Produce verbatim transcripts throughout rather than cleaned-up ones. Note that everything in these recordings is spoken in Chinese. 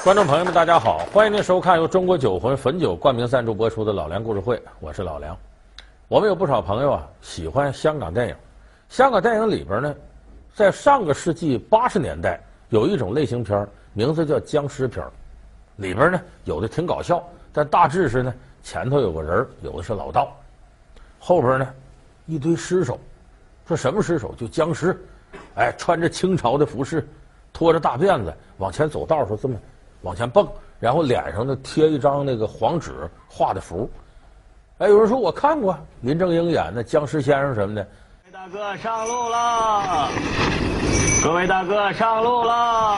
观众朋友们，大家好，欢迎您收看由中国酒魂汾酒冠名赞助播出的《老梁故事会》，我是老梁。我们有不少朋友啊喜欢香港电影，香港电影里边呢，在上个世纪八十年代有一种类型片，名字叫僵尸片，里边呢有的挺搞笑，但大致是呢前头有个人，有的是老道，后边呢一堆尸首，说什么尸首？就僵尸，哎，穿着清朝的服饰，拖着大辫子往前走道的时候这么往前蹦，然后脸上呢贴一张那个黄纸画的符。哎，有人说我看过林正英演的僵尸先生什么的。 大哥上路了，各位大哥上路了。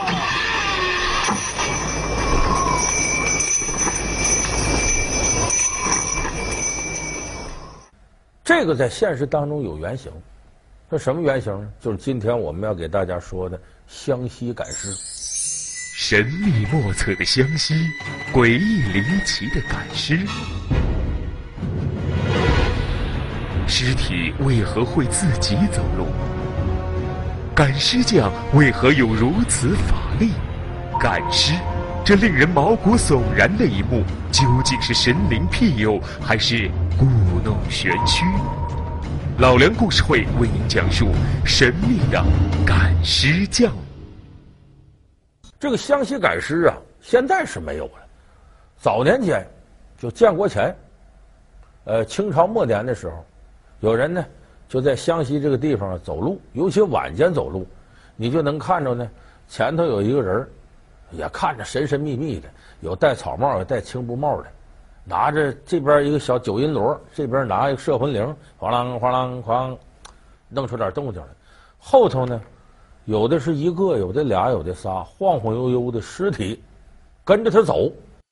这个在现实当中有原型，这什么原型呢？就是今天我们要给大家说的湘西赶尸。 神秘莫测的湘西，诡异离奇的赶尸，尸体为何会自己走路？赶尸匠为何有如此法力？赶尸，这令人毛骨悚然的一幕，究竟是神灵庇佑，还是故弄玄虚？老梁故事会为您讲述神秘的赶尸匠。 这个湘西赶尸啊，现在是没有了。早年间，就建国前，呃，清朝末年的时候，有人呢就在湘西这个地方走路，尤其晚间走路，你就能看着呢，前头有一个人，也看着神神秘秘的，有戴草帽，有戴青布帽的，拿着这边一个小九阴锣，这边拿一个摄魂铃，哐啷哐啷哐，弄出点动静来。后头呢，有的是一个，有的俩，有的仨，晃晃悠悠的尸体跟着他走。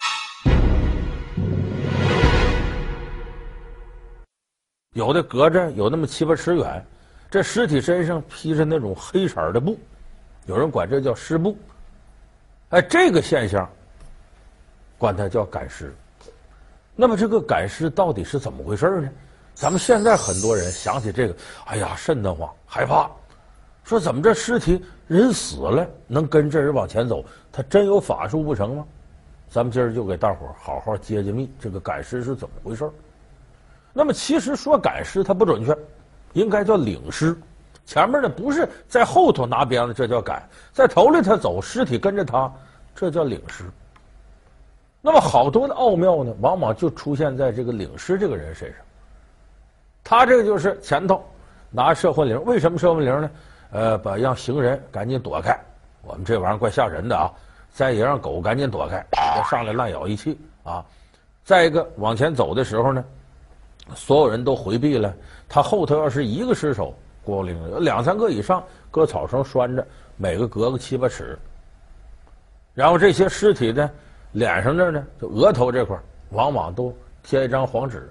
有的隔着有那么七八尺远，这尸体身上披着那种黑色的布，有人管这叫尸布。哎，这个现象管它叫赶尸。那么这个赶尸到底是怎么回事呢？咱们现在很多人想起这个，哎呀，瘆得慌，害怕。说怎么这尸体人死了能跟这人往前走，他真有法术不成吗？咱们今儿就给大伙儿好好揭揭秘，这个赶尸是怎么回事。那么其实说赶尸它不准确，应该叫领尸。前面呢不是在后头拿鞭子，这叫赶；在头里他走，尸体跟着他，这叫领尸。那么好多的奥妙呢，往往就出现在这个领尸这个人身上。他这个就是前头拿摄魂铃，为什么摄魂铃呢？呃，把让行人赶紧躲开，我们这玩意儿怪吓人的啊！再也让狗赶紧躲开，别上来乱咬一气啊！再一个往前走的时候呢，所有人都回避了，他后头要是一个尸首，郭灵有两三个以上，搁草绳拴着，每个隔个七八尺。然后这些尸体呢，脸上这呢，就额头这块往往都贴一张黄纸。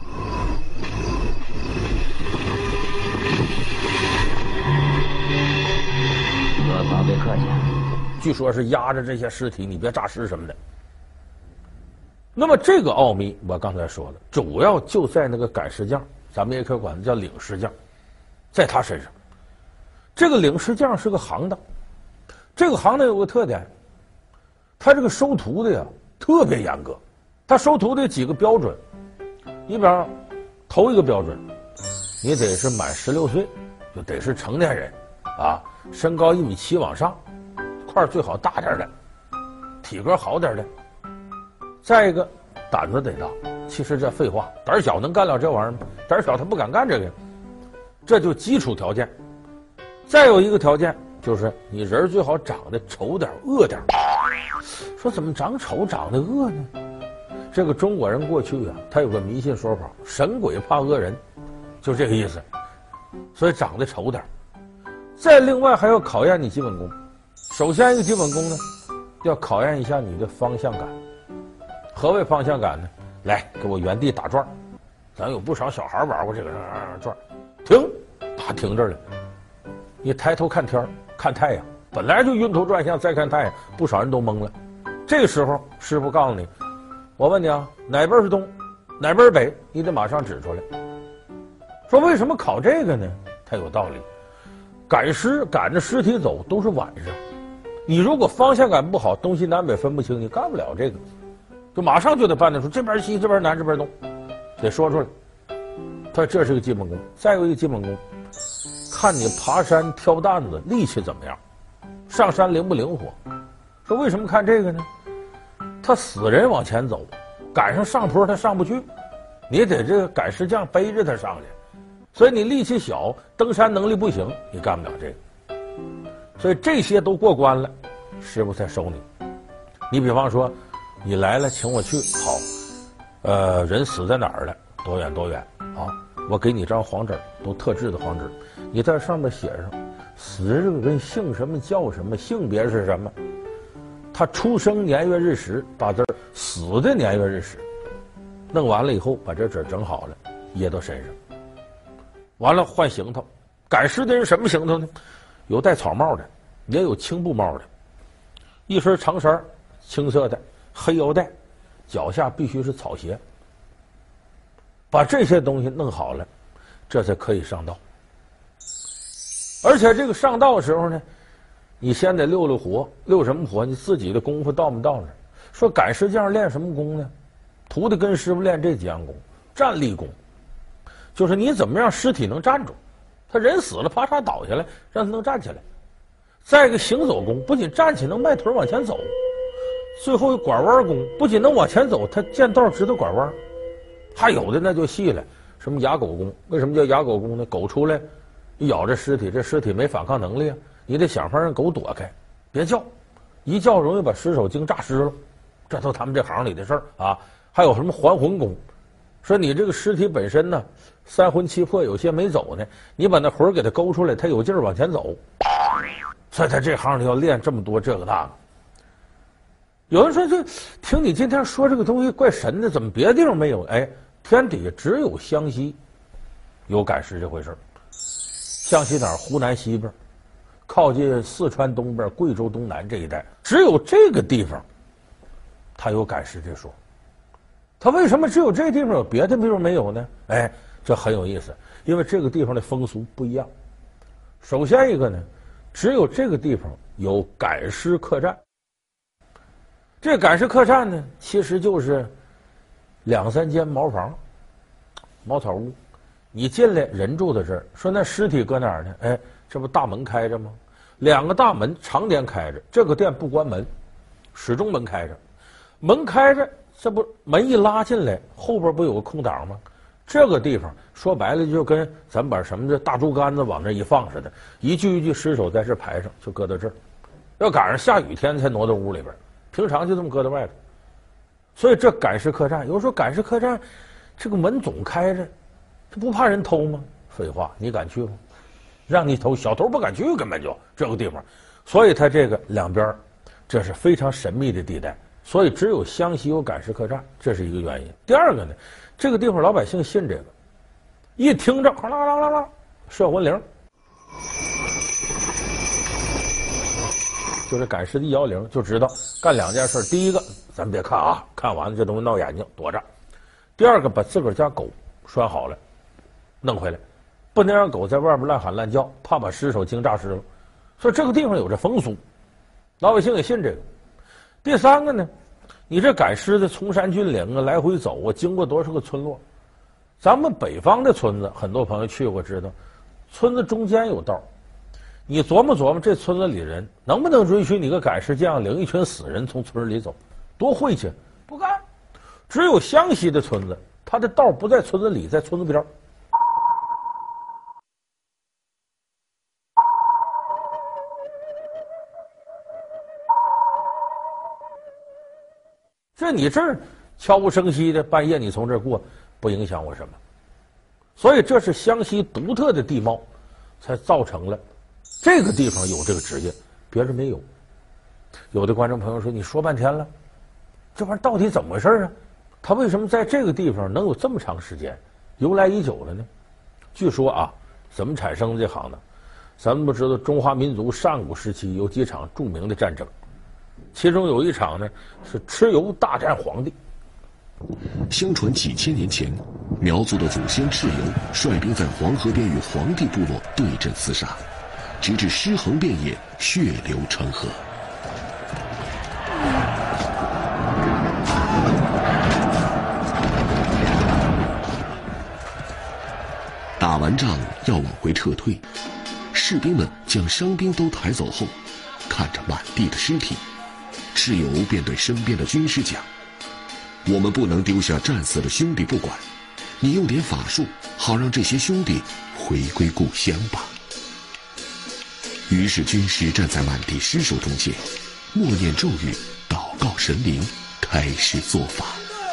别客气， 据说是压着这些尸体，你别诈尸什么的。那么这个奥秘，我刚才说了，主要就在那个赶尸匠，咱们也可以管他叫领尸匠，在他身上。这个领尸匠是个行当，这个行当有个特点，他这个收徒的呀特别严格，他收徒的几个标准，你比方头一个标准，你得是满十六岁，就得是成年人啊。身高一米七往上，块儿最好大点的，体格好点的。再一个，胆子得大。其实这废话，胆小能干了这玩意儿吗？胆小他不敢干这个，这就基础条件。再有一个条件就是你人最好长得丑点、恶点。说怎么长丑、长得恶呢？这个中国人过去啊，他有个迷信说法，神鬼怕恶人，就这个意思。所以长得丑点。再另外还要考验你基本功，首先一个基本功呢，要考验一下你的方向感。何谓方向感呢？来，给我原地打转，咱有不少小孩玩过这个转，停，啪停这儿了。你抬头看天看太阳，本来就晕头转向，再看太阳，不少人都懵了。这个时候，师傅告诉你，我问你啊，哪边是东，哪边是北，你得马上指出来。说为什么考这个呢？它有道理。赶尸赶着尸体走都是晚上， 你如果方向感不好，东西南北分不清，你干不了这个，就马上就得判断出这边西，这边南，这边东，得说出来。他这是个基本功。再有一个基本功，看你爬山挑担子力气怎么样，上山灵不灵活。说为什么看这个呢？他死人往前走，赶上上坡他上不去，你得这个赶石匠背着他上去，所以你力气小，登山能力不行，你干不了这个。所以这些都过关了，师傅才收你。你比方说，你来了请我去，好，呃，人死在哪儿了，多远多远啊？我给你张黄纸，都特制的黄纸，你在上面写上死日跟姓什么叫什么，性别是什么，他出生年月日时，把字死的年月日时，弄完了以后，把这纸整好了，掖到身上。完了换行头，赶尸的人什么行头呢？有戴草帽的，也有青布帽的，一身长衫，青色的，黑腰带，脚下必须是草鞋。把这些东西弄好了，这才可以上道。而且这个上道的时候呢，你先得溜溜活，溜什么活？你自己的功夫到没到那儿？说赶尸匠练什么功呢？徒弟跟师傅练这几样功：站立功，就是你怎么让尸体能站住。他人死了，啪嚓倒下来，让他能站起来。再一个行走功，不仅站起能迈腿往前走，最后一拐弯功，不仅能往前走，他见道知道拐弯。还有的那就细了，什么哑狗功？为什么叫哑狗功呢？狗出来一咬这尸体，这尸体没反抗能力啊，你得想法让狗躲开，别叫，一叫容易把尸首精诈尸了。这都他们这行里的事儿啊。还有什么还魂功？说你这个尸体本身呢，三魂七魄有些没走呢，你把那魂给它勾出来，它有劲儿往前走。所以在这行里要练这么多这个那个。有人说，这听你今天说这个东西怪神的，怎么别的地方没有？哎，天底下只有湘西有赶尸这回事儿。湘西哪儿？湖南西边，靠近四川东边、贵州东南这一带，只有这个地方，它有赶尸这说。他为什么只有这地方有，别的地方没有呢？哎，这很有意思，因为这个地方的风俗不一样。首先一个呢，只有这个地方有赶尸客栈。这赶尸客栈呢，其实就是两三间茅房、茅草屋。你进来，人住在这儿，说那尸体搁哪儿呢？哎，这不大门开着吗？两个大门常年开着，这个店不关门，始终门开着。门开着。这不门一拉进来，后边不有个空档吗？这个地方说白了就跟咱把什么这大竹竿子往这一放似的，一具一具尸首在这排上，就搁到这儿。要赶上下雨天才挪到屋里边，平常就这么搁到外头。所以这赶尸客栈，有人说赶尸客栈这个门总开着，这不怕人偷吗？废话，你敢去吗？让你偷，小偷不敢去，根本就这个地方。所以它这个两边，这是非常神秘的地带。所以只有湘西有赶尸客栈，这是一个原因。第二个呢，这个地方老百姓信这个，一听着哗啦啦啦啦射魂铃，就是赶尸的一摇铃，就知道干两件事。第一个，咱别看啊，看完了这东西闹眼睛，躲着；第二个，把自个儿家狗拴好了，弄回来，不能让狗在外边乱喊乱叫，怕把尸首惊诈尸了。所以这个地方有这风俗，老百姓也信这个。第三个呢，你这赶尸的崇山峻岭啊，来回走啊，经过多少个村落？咱们北方的村子，很多朋友去过知道，村子中间有道。你琢磨琢磨，这村子里人能不能允许你个赶尸匠领一群死人从村里走？多晦气！不干。只有湘西的村子，他的道不在村子里，在村子边。这你这儿悄无声息的半夜你从这儿过，不影响我什么。所以这是湘西独特的地貌，才造成了这个地方有这个职业，别人没有。有的观众朋友说，你说半天了，这玩意儿到底怎么回事啊？他为什么在这个地方能有这么长时间，由来已久了呢？据说啊，怎么产生这行呢？咱们不知道中华民族上古时期有几场著名的战争，其中有一场呢是蚩尤大战黄帝。 相传几千年前，苗族的祖先蚩尤率兵在黄河边与黄帝部落对阵厮杀，直至尸横遍野，血流成河。 完仗要往回撤退，士兵们将伤兵都抬走后，看着满地的尸体，蚩尤便对身边的军师讲：“我们不能丢下战死的兄弟不管，你用点法术，好让这些兄弟回归故乡吧。”于是军师站在满地尸首中间，默念咒语，祷告神灵，开始做法。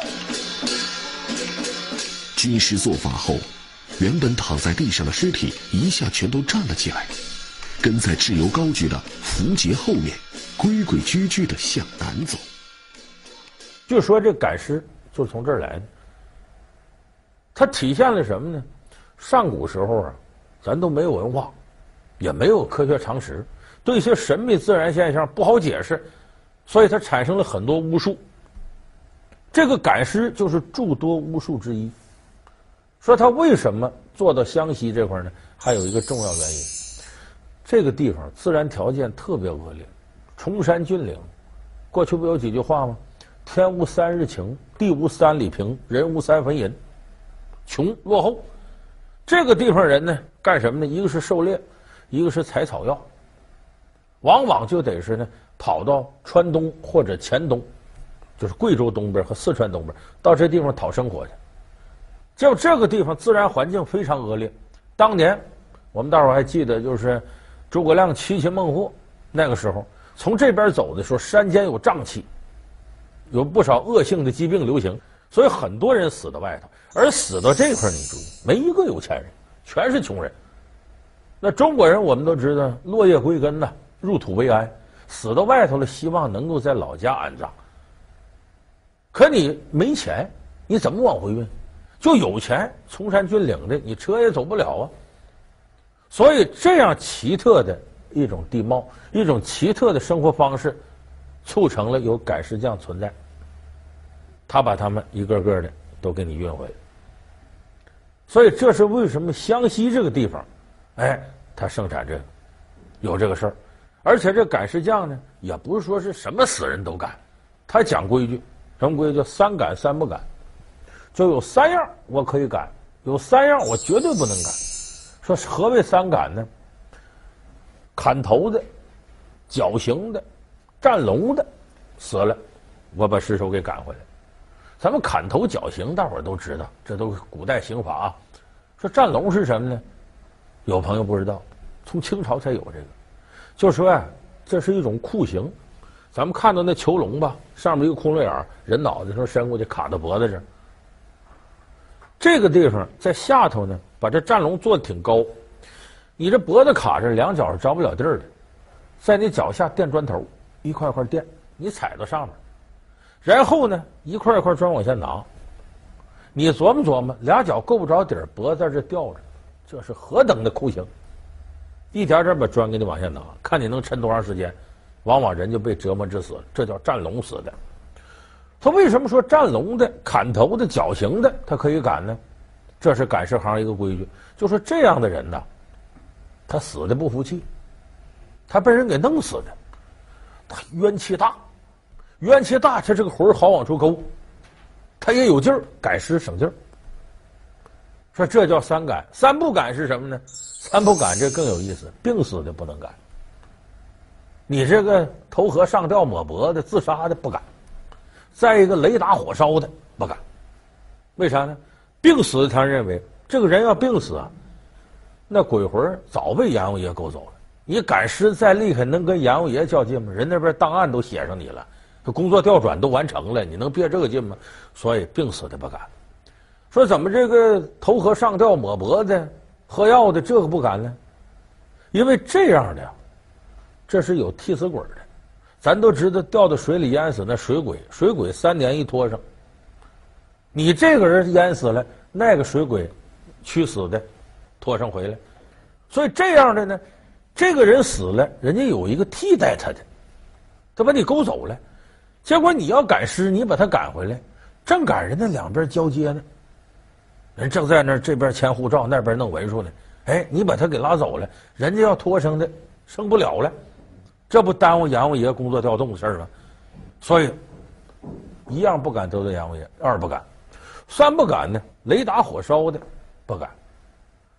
军师做法后，原本躺在地上的尸体一下全都站了起来，跟在蚩尤高举的符节后面，规规矩矩地向南走。 就说这赶尸就从这儿来的，它体现了什么呢？上古时候啊，咱都没有文化，也没有科学常识，对一些神秘自然现象不好解释，所以它产生了很多巫术。这个赶尸就是诸多巫术之一。说它为什么做到湘西这块呢？还有一个重要原因，这个地方自然条件特别恶劣，崇山峻岭。过去不有几句话吗？天无三日晴，地无三里平，人无三分银，穷落后。这个地方人呢，干什么呢？一个是狩猎，一个是采草药，往往就得是呢跑到川东或者黔东，就是贵州东边和四川东边，到这地方讨生活去。就这个地方自然环境非常恶劣。当年我们大伙儿还记得，就是诸葛亮七擒孟获那个时候，从这边走的时候，山间有瘴气，有不少恶性的疾病流行，所以很多人死到外头。而死到这块，你注意，没一个有钱人，全是穷人。那中国人我们都知道，落叶归根呐，入土为安，死到外头了，希望能够在老家安葬。可你没钱，你怎么往回运？就有钱，崇山峻岭的，你车也走不了啊。所以这样奇特的一种地貌，一种奇特的生活方式，促成了有赶尸匠存在。他把他们一个个的都给你运回来。所以这是为什么湘西这个地方，哎，他生产这个，有这个事儿。而且这赶尸匠呢，也不是说是什么死人都赶，他讲规矩，什么规矩？三赶三不赶。就有三样我可以赶，有三样我绝对不能赶。说何谓三赶呢？砍头的、绞刑的、战龙的死了，我把尸首给赶回来。咱们砍头绞刑大伙儿都知道，这都是古代刑法啊。说战龙是什么呢？有朋友不知道，从清朝才有这个。就说啊，这是一种酷刑。咱们看到那囚笼吧，上面一个窟窿眼儿，人脑袋上伸过去卡到脖子这儿。这个地方在下头呢，把这战笼做的挺高，你这脖子卡着，两脚是着不了地儿的，在你脚下垫砖头，一块块垫，你踩到上面，然后呢，一块一块砖往下拿，你琢磨琢磨，俩脚够不着底儿，脖子在这吊着，这是何等的酷刑！一点点把砖给你往下拿，看你能抻多长时间，往往人就被折磨致死了，这叫战龙死的。他为什么说战龙的、砍头的、绞刑的他可以赶呢？这是赶尸行一个规矩，就说这样的人呢，他死的不服气，他被人给弄死的，他冤气大，冤气大，他这个魂好往出勾，他也有劲儿，赶尸省劲儿。说这叫三赶，三不赶是什么呢？三不赶这更有意思，病死的不能赶，你这个投河上吊抹脖的、自杀的不敢。再一个雷打火烧的不敢，为啥呢？病死的他认为这个人要病死啊，那鬼魂早被阎王爷勾走了。你赶尸再厉害，能跟阎王爷较劲吗？人那边档案都写上你了，工作调转都完成了，你能别这个劲吗？所以病死的不敢。说怎么这个投河上吊抹脖子、喝药的这个不敢呢？因为这样的，这是有替死鬼的。咱都知道掉到水里淹死那水鬼，水鬼三年一拖上。你这个人淹死了，那个水鬼驱死的拖上回来。所以这样的呢，这个人死了，人家有一个替代他的，他把你勾走了。结果你要赶尸，你把他赶回来，正赶人家两边交接呢，人正在那儿这边签护照，那边弄文书呢。哎，你把他给拉走了，人家要拖生的生不了了。这不耽误阎王爷工作调动的事儿吗？所以一样不敢得罪阎王爷，二不敢，三不敢呢，雷打火烧的不敢。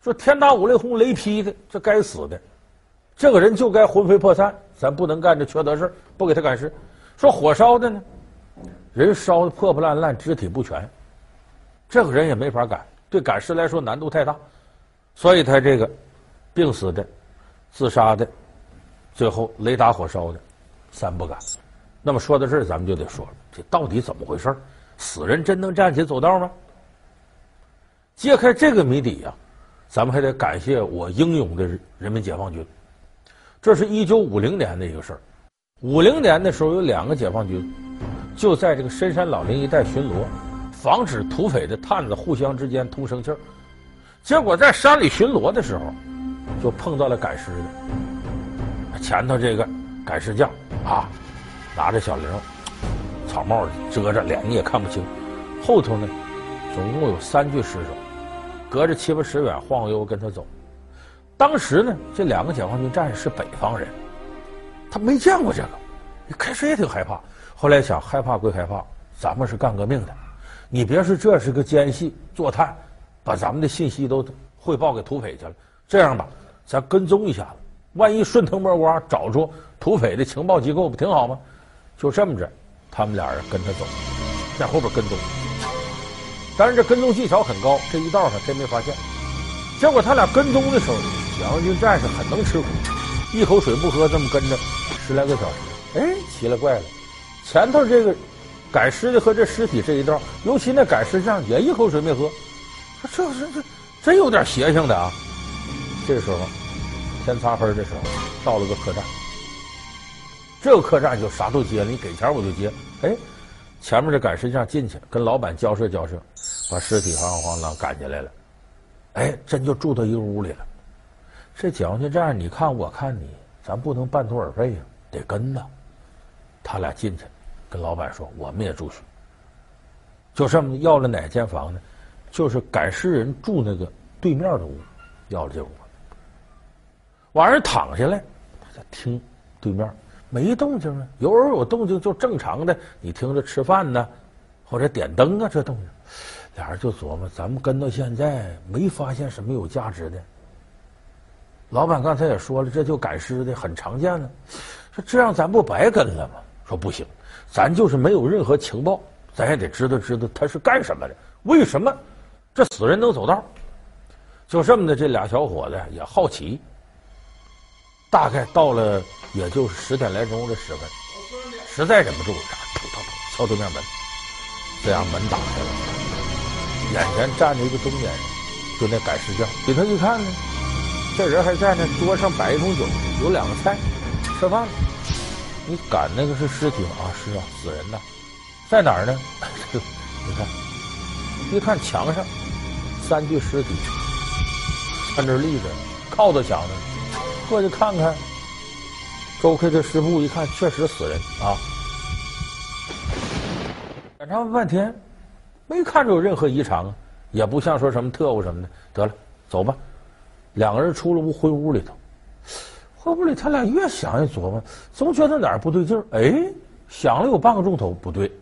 说天打五雷轰，雷劈的，这该死的，这个人就该魂飞魄散，咱不能干这缺德事，不给他赶尸。说火烧的呢，人烧的破破烂烂，肢体不全，这个人也没法赶，对赶尸来说难度太大，所以他这个病死的、自杀的，最后雷打火烧的，三不赶。那么说到这儿，咱们就得说了，这到底怎么回事？死人真能站起走道吗？揭开这个谜底呀、啊，咱们还得感谢我英勇的人民解放军。这是一九五零年的一个事儿。五零年的时候，有两个解放军就在这个深山老林一带巡逻，防止土匪的探子互相之间通生气儿。结果在山里巡逻的时候，就碰到了赶尸的。前头这个赶尸匠啊，拿着小铃，草帽遮着脸，你也看不清。后头呢，总共有三具尸首，隔着七八尺远晃悠悠跟他走。当时呢，这两个解放军战士是北方人，他没见过这个，你开始也挺害怕。后来想，害怕归害怕，咱们是干革命的，你别说这是个奸细坐探，把咱们的信息都汇报给土匪去了。这样吧，咱跟踪一下子，万一顺藤摸瓜找出土匪的情报机构，不挺好吗？就这么着，他们俩人跟他走，在后边跟踪。但是这跟踪技巧很高，这一道上真没发现。结果他俩跟踪的时候，解放军战士很能吃苦，一口水不喝，这么跟着十来个小时。哎，奇了怪了，前头这个赶尸的和这尸体这一道，尤其那赶尸匠也一口水没喝，说这是这真有点邪性的啊。这时候天擦黑的时候，到了个客栈，这个客栈就啥都接了，你给钱我就接。哎，前面这赶尸匠进去跟老板交涉交涉，把尸体晃晃啷赶进来了。哎，真就住到一个屋里了。这解放军战士你看我看你，咱不能半途而废呀、啊，得跟呐。他俩进去跟老板说我们也住宿，就这么要了哪间房呢？就是赶尸人住那个对面的屋，要了这屋。晚上躺下来，他就听对面没动静啊，有偶有动静就正常的，你听着吃饭呢，或者点灯啊，这动静。俩人就琢磨，咱们跟到现在没发现什么有价值的。老板刚才也说了，这就赶尸的很常见呢。说这样咱不白跟了吗？说不行，咱就是没有任何情报，咱也得知道知道他是干什么的，为什么这死人能走道。就这么的，这俩小伙子也好奇。大概到了也就是十点来钟的时分，实在忍不住，腾腾腾敲对面门，这样门打开了，眼前站着一个中年人，就那赶尸匠。给他一看呢，这人还在那，桌上摆一桶酒，有两个菜，吃饭了。你赶那个是尸体吗？啊，是啊，死人呐，在哪儿呢？你看，一看墙上三具尸体，在那立着，靠在墙上。过去看看，周开这尸布一看，确实死人啊！检查半天，没看着有任何异常啊，也不像说什么特务什么的。得了，走吧。两个人出了屋，回屋里头。回屋里，他俩越想越琢磨，总觉得哪儿不对劲儿。哎，想了有半个钟头，不对。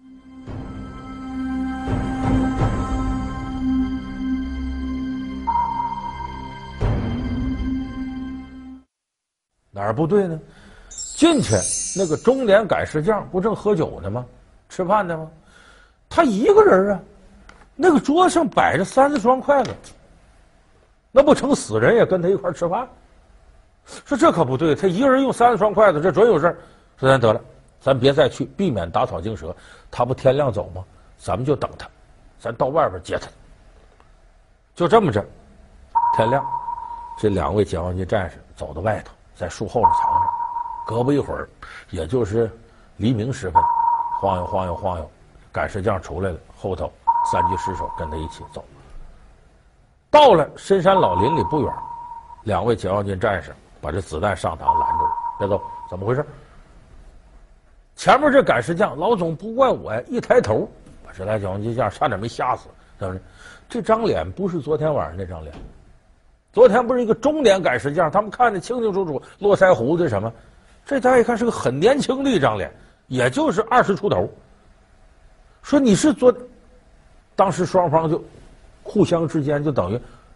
哪儿不对呢？进去那个中年赶尸匠不正喝酒呢吗？吃饭呢吗？他一个人啊，那个桌上摆着三四双筷子，那不成死人也跟他一块吃饭？说这可不对，他一个人用三四双筷子，这准有事儿。说咱得了，咱别再去，避免打草惊蛇。他不天亮走吗？咱们就等他，咱到外边接他。就这么着，天亮，这两位解放军战士走到外头。在树后边藏着，隔不一会儿，也就是黎明时分，晃悠晃悠晃悠，赶尸匠出来了，后头三具尸首跟他一起走。到了深山老林里不远，两位解放军战士把这子弹上膛拦住了，别走，怎么回事？前面这赶尸匠老总不怪我呀，一抬头把这俩解放军将差点没吓死，是不是？这张脸不是昨天晚上那张脸。昨天不是一个中年赶尸匠，他们看得清清楚楚，络腮胡子什么，这大家一看是个很年轻的一张脸，也就是二十出头。说你是昨，当时双方就互相之间就等于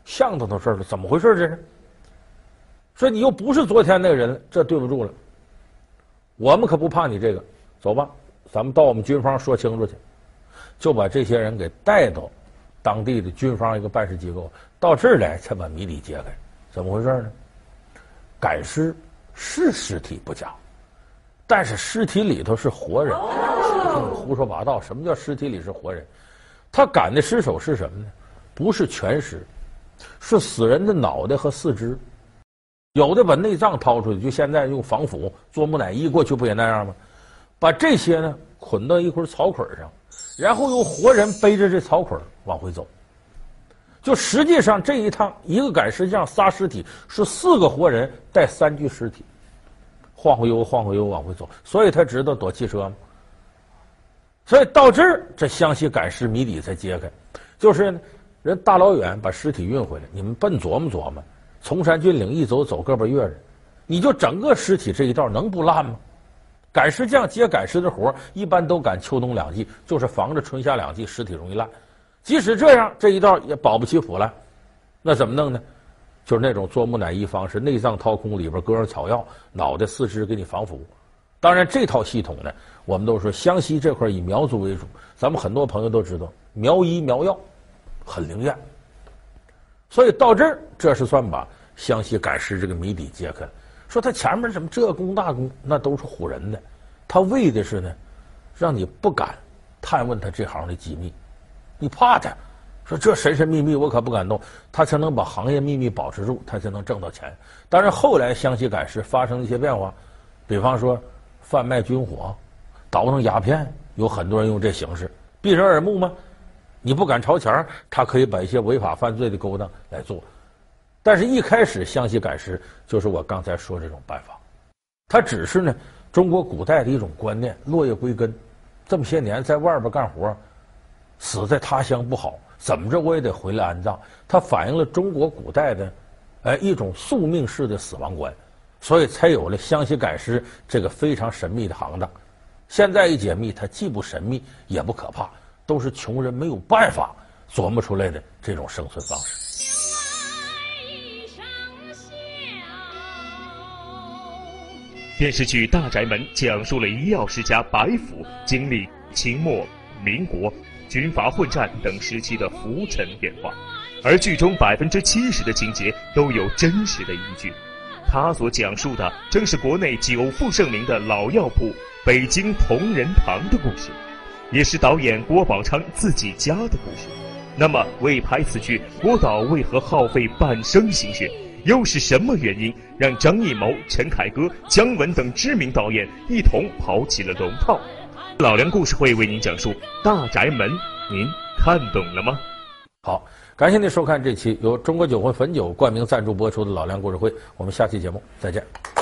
像他的事儿了，怎么回事这是？说你又不是昨天那个人了，这对不住了。我们可不怕你这个，走吧，咱们到我们军方说清楚去，就把这些人给带到当地的军方一个办事机构，到这儿来才把谜底揭开。怎么回事呢？赶尸是尸体不假，但是尸体里头是活人，胡说八道。什么叫尸体里是活人？他赶的尸首是什么呢？不是全尸，是死人的脑袋和四肢。有的把内脏掏出去，就现在用防腐做木乃伊，过去不也那样吗？把这些呢捆到一捆草捆上，然后由活人背着这草捆往回走。就实际上这一趟一个赶尸匠撒尸体是四个活人带三具尸体，晃晃悠晃晃悠往回走，所以他知道躲汽车吗？所以到这儿，这湘西赶尸谜底才揭开，就是呢人大老远把尸体运回来，你们笨琢磨琢磨，崇山峻岭一走走个把月的，你就整个尸体这一道能不烂吗？赶尸匠接赶尸的活一般都赶秋冬两季，就是防着春夏两季尸体容易烂。即使这样，这一道也保不齐腐烂。那怎么弄呢？就是那种做木乃伊方式，内脏掏空，里边搁上草药，脑袋四肢给你防腐。当然这套系统呢，我们都说湘西这块以苗族为主，咱们很多朋友都知道苗医苗药很灵验。所以到这儿，这是算把湘西赶尸这个谜底揭开了。说他前面什么这功那功，那都是唬人的，他为的是呢，让你不敢探问他这行的机密，你怕他，说这神神秘秘我可不敢动，他才能把行业秘密保持住，他才能挣到钱。当然后来湘西赶尸发生了一些变化，比方说贩卖军火、倒腾鸦片，有很多人用这形式，避人耳目吗？你不敢朝前，他可以把一些违法犯罪的勾当来做。但是一开始湘西赶尸就是我刚才说这种办法，它只是呢中国古代的一种观念，落叶归根。这么些年在外边干活，死在他乡不好，怎么着我也得回来安葬。它反映了中国古代的哎一种宿命式的死亡观，所以才有了湘西赶尸这个非常神秘的行当。现在一解密，它既不神秘也不可怕，都是穷人没有办法琢磨出来的这种生存方式。 电视剧《大宅门》讲述了医药世家白府经历清末、民国、军阀混战等时期的浮沉变化，而剧中百分之七十的情节都有真实的依据。他所讲述的正是国内久负盛名的老药铺北京同仁堂的故事，也是导演郭宝昌自己家的故事。那么为拍此剧，郭导为何耗费半生心血？又是什么原因让张艺谋、陈凯歌、姜文等知名导演一同抛弃了龙套？老梁故事会为您讲述《大宅门》，您看懂了吗？ 好，感谢您收看这期由中国酒魂汾酒冠名赞助播出的老梁故事会，我们下期节目再见。